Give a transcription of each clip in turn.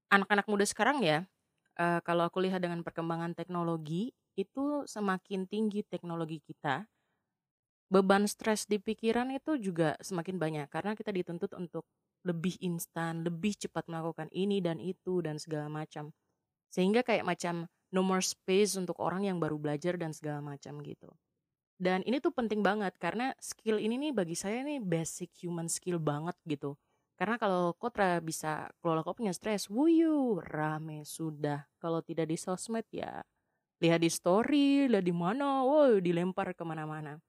Anak-anak muda sekarang ya, kalau aku lihat dengan perkembangan teknologi, itu semakin tinggi teknologi kita, beban stres di pikiran itu juga semakin banyak karena kita dituntut untuk lebih instan, lebih cepat melakukan ini dan itu dan segala macam. Sehingga kayak macam no more space untuk orang yang baru belajar dan segala macam gitu. Dan ini tuh penting banget karena skill ini nih bagi saya nih basic human skill banget gitu. Karena kalau Kotra bisa kelola kau punya stres, wuyu, rame sudah. Kalau tidak di sosmed ya, lihat di story, lihat di mana, wow, dilempar kemana-mana.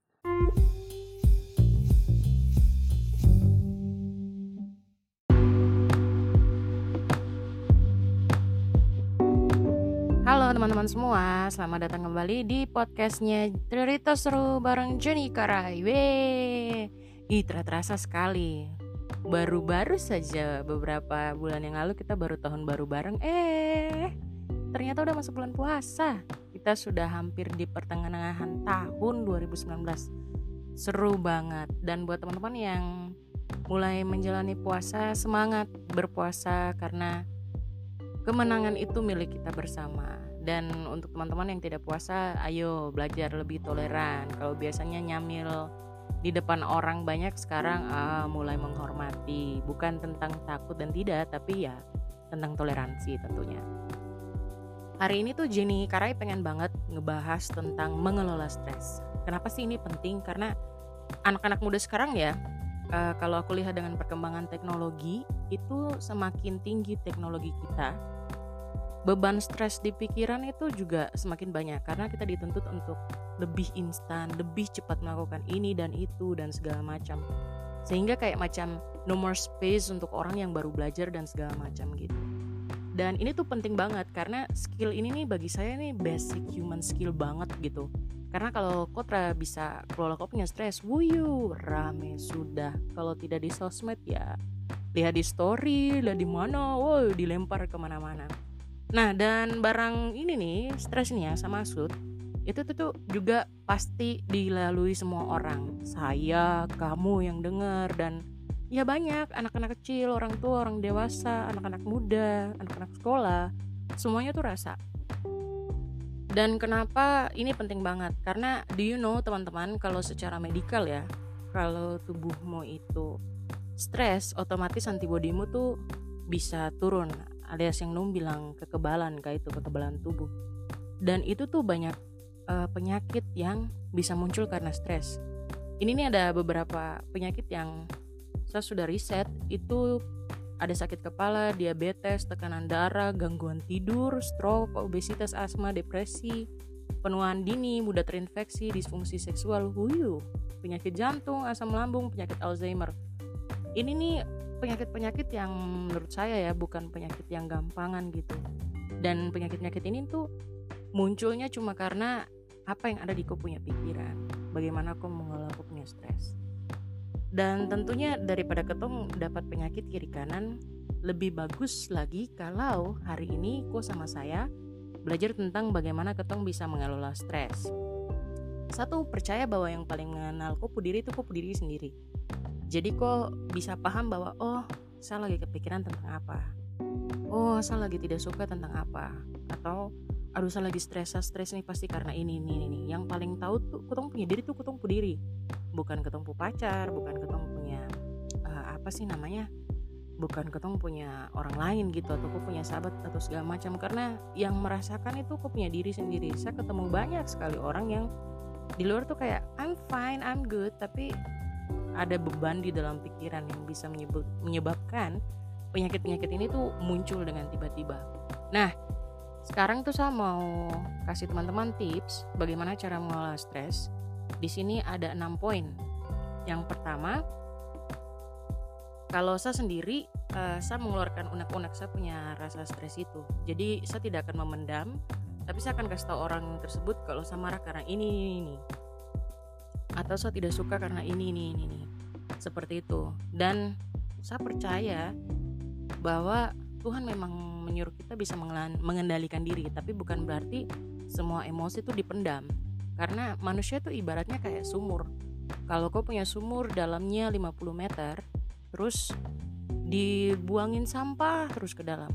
Halo teman-teman semua, selamat datang kembali di podcastnya Cerita Seru bareng Jenny Karai. Weh, terasa sekali. Baru-baru saja beberapa bulan yang lalu kita baru tahun baru bareng. Ternyata udah masuk bulan puasa. Kita sudah hampir di pertengahan tahun 2019. Seru banget. Dan buat teman-teman yang mulai menjalani puasa, semangat berpuasa karena kemenangan itu milik kita bersama. Dan untuk teman-teman yang tidak puasa, ayo belajar lebih toleran. Kalau biasanya nyamil di depan orang banyak, sekarang mulai menghormati. Bukan tentang takut dan tidak, tapi ya tentang toleransi tentunya. Hari ini tuh Jenny Karai pengen banget ngebahas tentang mengelola stres. Kenapa sih ini penting? Karena anak-anak muda sekarang ya, kalau aku lihat dengan perkembangan teknologi, itu semakin tinggi teknologi kita, beban stres di pikiran itu juga semakin banyak karena kita dituntut untuk lebih instan, lebih cepat melakukan ini dan itu dan segala macam. Sehingga kayak macam no more space untuk orang yang baru belajar dan segala macam gitu. Dan ini tuh penting banget karena skill ini nih bagi saya nih basic human skill banget gitu. Karena kalau Kotra bisa kelola kau punya stres, wuyu, rame sudah. Kalau tidak di sosmed ya, lihat di story, lihat di mana, wow, dilempar kemana-mana. Nah, dan barang ini nih, stres nih ya sama sud, itu tuh juga pasti dilalui semua orang. Saya, kamu yang dengar, dan ya banyak anak-anak kecil, orang tua, orang dewasa, anak-anak muda, anak-anak sekolah, semuanya tuh rasa. Dan kenapa ini penting banget? Karena do you know teman-teman, kalau secara medikal ya, kalau tubuhmu itu stres, otomatis antibodimu tuh bisa turun, alias yang Num bilang kekebalan, kayak itu kekebalan tubuh. Dan itu tuh banyak penyakit yang bisa muncul karena stres. Ini nih ada beberapa penyakit yang saya sudah riset, itu ada sakit kepala, diabetes, tekanan darah, gangguan tidur, stroke, obesitas, asma, depresi, penuaan dini, mudah terinfeksi, disfungsi seksual, penyakit jantung, asam lambung, penyakit Alzheimer. Ini nih penyakit-penyakit yang menurut saya ya bukan penyakit yang gampangan gitu. Dan penyakit-penyakit ini tuh munculnya cuma karena apa yang ada di kau punya pikiran, bagaimana kau mengelola kau punya stres. Dan tentunya daripada ketong dapat penyakit kiri kanan, lebih bagus lagi kalau hari ini kau sama saya belajar tentang bagaimana ketong bisa mengelola stres. Satu, percaya bahwa yang paling mengenal kau diri itu kau diri sendiri. Jadi kok bisa paham bahwa saya lagi kepikiran tentang apa, saya lagi tidak suka tentang apa, atau aduh saya lagi stres nih pasti karena ini. Yang paling tahu tuh ketong punya diri tuh ketong punya diri, bukan ketong punya pacar, bukan ketong punya bukan ketong punya orang lain gitu, atau kau punya sahabat atau segala macam. Karena yang merasakan itu kau punya diri sendiri. Saya ketemu banyak sekali orang yang di luar tuh kayak I'm fine, I'm good, tapi ada beban di dalam pikiran yang bisa menyebabkan penyakit-penyakit ini tuh muncul dengan tiba-tiba. Nah, sekarang tuh saya mau kasih teman-teman tips bagaimana cara mengelola stres. Di sini ada 6 poin. Yang pertama, kalau saya sendiri, saya mengeluarkan unek-unek saya punya rasa stres itu. Jadi saya tidak akan memendam, tapi saya akan kasih tahu orang tersebut kalau saya marah karena ini. Atau saya tidak suka karena ini. Seperti itu. Dan saya percaya bahwa Tuhan memang menyuruh kita bisa mengendalikan diri, tapi bukan berarti semua emosi itu dipendam. Karena manusia itu ibaratnya kayak sumur. Kalau kau punya sumur dalamnya 50 meter, terus dibuangin sampah terus ke dalam,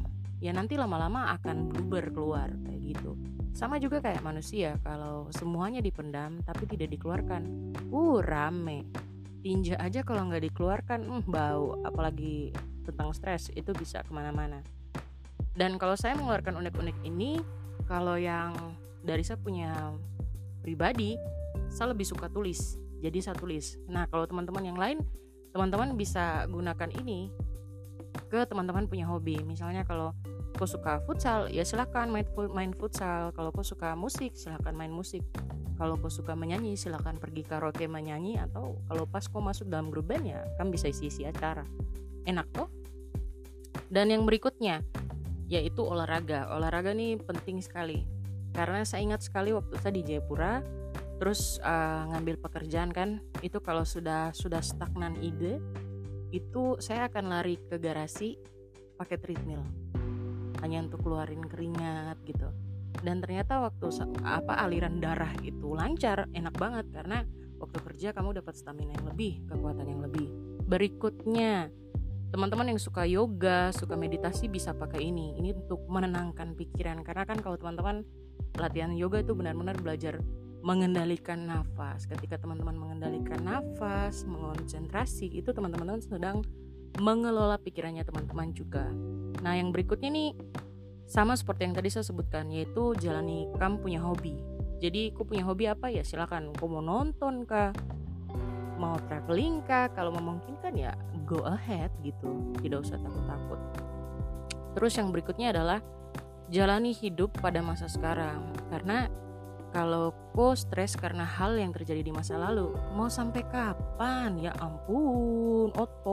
ya nanti lama-lama akan bluber keluar kayak gitu. Sama juga kayak manusia, kalau semuanya dipendam tapi tidak dikeluarkan, rame. Tinja aja kalau nggak dikeluarkan, bau. Apalagi tentang stres, itu bisa kemana-mana. Dan kalau saya mengeluarkan unek-unek ini, kalau yang dari saya punya pribadi, saya lebih suka tulis. Jadi saya tulis. Nah, kalau teman-teman yang lain, teman-teman bisa gunakan ini ke teman-teman punya hobi. Misalnya kalau kau suka futsal, ya silakan main futsal. Kalau kau suka musik, silakan main musik. Kalau kau suka menyanyi, silakan pergi karaoke menyanyi. Atau kalau pas kau masuk dalam grup band, ya kan bisa isi-isi acara. Enak toh? Dan yang berikutnya yaitu olahraga. Olahraga nih penting sekali. Karena saya ingat sekali waktu saya di Jayapura, terus ngambil pekerjaan kan, itu kalau sudah stagnan ide, itu saya akan lari ke garasi pakai treadmill. Hanya untuk keluarin keringat gitu. Dan ternyata waktu aliran darah itu lancar, enak banget karena waktu kerja kamu dapat stamina yang lebih, kekuatan yang lebih. Berikutnya, teman-teman yang suka yoga, suka meditasi bisa pakai ini. Ini untuk menenangkan pikiran, karena kan kalau teman-teman latihan yoga itu benar-benar belajar mengendalikan nafas. Ketika teman-teman mengendalikan nafas, mengonsentrasi, itu teman-teman sedang mengelola pikirannya teman-teman juga. Nah, yang berikutnya nih sama seperti yang tadi saya sebutkan, yaitu jalani kamu punya hobi. Jadi aku punya hobi apa ya, silakan. Aku mau nonton kah, mau traveling kah, kalau memungkinkan ya go ahead gitu, tidak usah takut-takut. Terus yang berikutnya adalah jalani hidup pada masa sekarang. Karena kalau kau stres karena hal yang terjadi di masa lalu, mau sampai kapan? Ya ampun,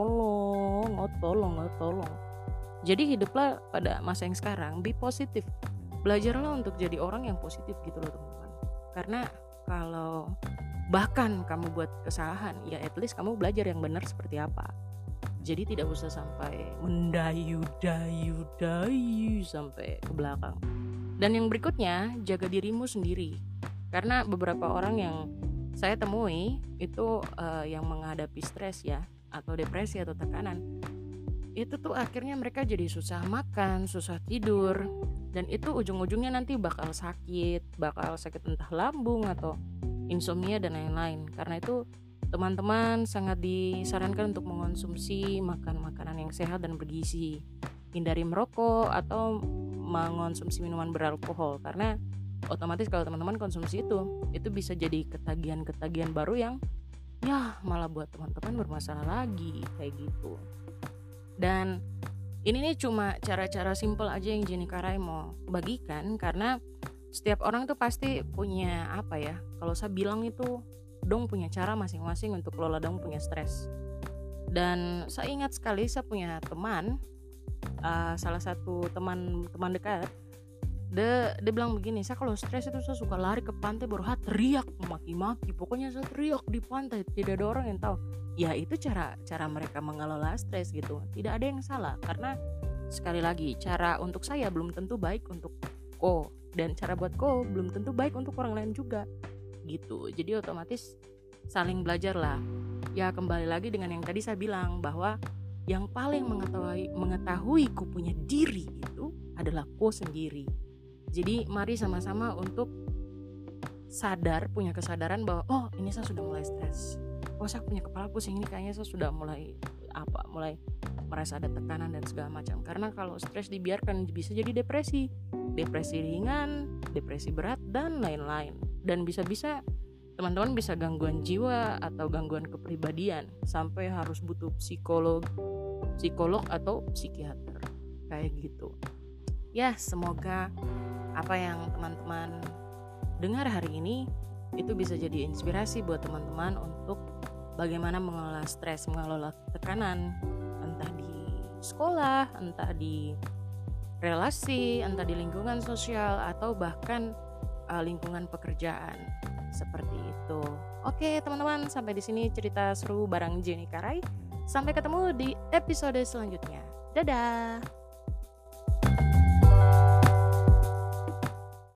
tolong. Jadi hiduplah pada masa yang sekarang, be positif. Belajarlah untuk jadi orang yang positif gitu loh teman-teman. Karena kalau bahkan kamu buat kesalahan, ya at least kamu belajar yang benar seperti apa. Jadi tidak usah sampai mendayu sampai ke belakang. Dan yang berikutnya, jaga dirimu sendiri. Karena beberapa orang yang saya temui itu yang menghadapi stres ya, atau depresi atau tekanan, itu tuh akhirnya mereka jadi susah makan, susah tidur, dan itu ujung-ujungnya nanti bakal sakit entah lambung atau insomnia dan lain-lain. Karena itu teman-teman sangat disarankan untuk mengonsumsi makanan yang sehat dan bergizi. Hindari merokok atau mengonsumsi minuman beralkohol, karena otomatis kalau teman-teman konsumsi itu bisa jadi ketagihan baru yang ya malah buat teman-teman bermasalah lagi kayak gitu. Dan ini nih cuma cara-cara simple aja yang Jenny Karai mau bagikan, karena setiap orang tuh pasti punya apa ya, kalau saya bilang itu dong punya cara masing-masing untuk kelola dong punya stres. Dan saya ingat sekali saya punya teman, salah satu teman dekat, dia bilang begini, saya kalau stres itu saya suka lari ke pantai baru teriak maki-maki, pokoknya saya teriak di pantai, tidak ada orang yang tahu. Ya itu cara mereka mengelola stres gitu, tidak ada yang salah. Karena sekali lagi, cara untuk saya belum tentu baik untuk ko, dan cara buat ko belum tentu baik untuk orang lain juga gitu. Jadi otomatis saling belajar lah. Ya kembali lagi dengan yang tadi saya bilang, bahwa yang paling mengetahui ku punya diri itu adalah ku sendiri. Jadi mari sama-sama untuk punya kesadaran bahwa ini saya sudah mulai stres, saya punya kepala pusing, ini kayaknya saya sudah mulai merasa ada tekanan dan segala macam. Karena kalau stres dibiarkan bisa jadi depresi ringan, depresi berat dan lain-lain. Dan bisa-bisa teman-teman bisa gangguan jiwa atau gangguan kepribadian sampai harus butuh psikolog atau psikiater kayak gitu. Ya, semoga apa yang teman-teman dengar hari ini itu bisa jadi inspirasi buat teman-teman untuk bagaimana mengelola stres, mengelola tekanan, entah di sekolah, entah di relasi, entah di lingkungan sosial, atau bahkan lingkungan pekerjaan seperti itu. Oke teman-teman, sampai di sini cerita seru bareng Jenny Karai. Sampai ketemu di episode selanjutnya. Dadah.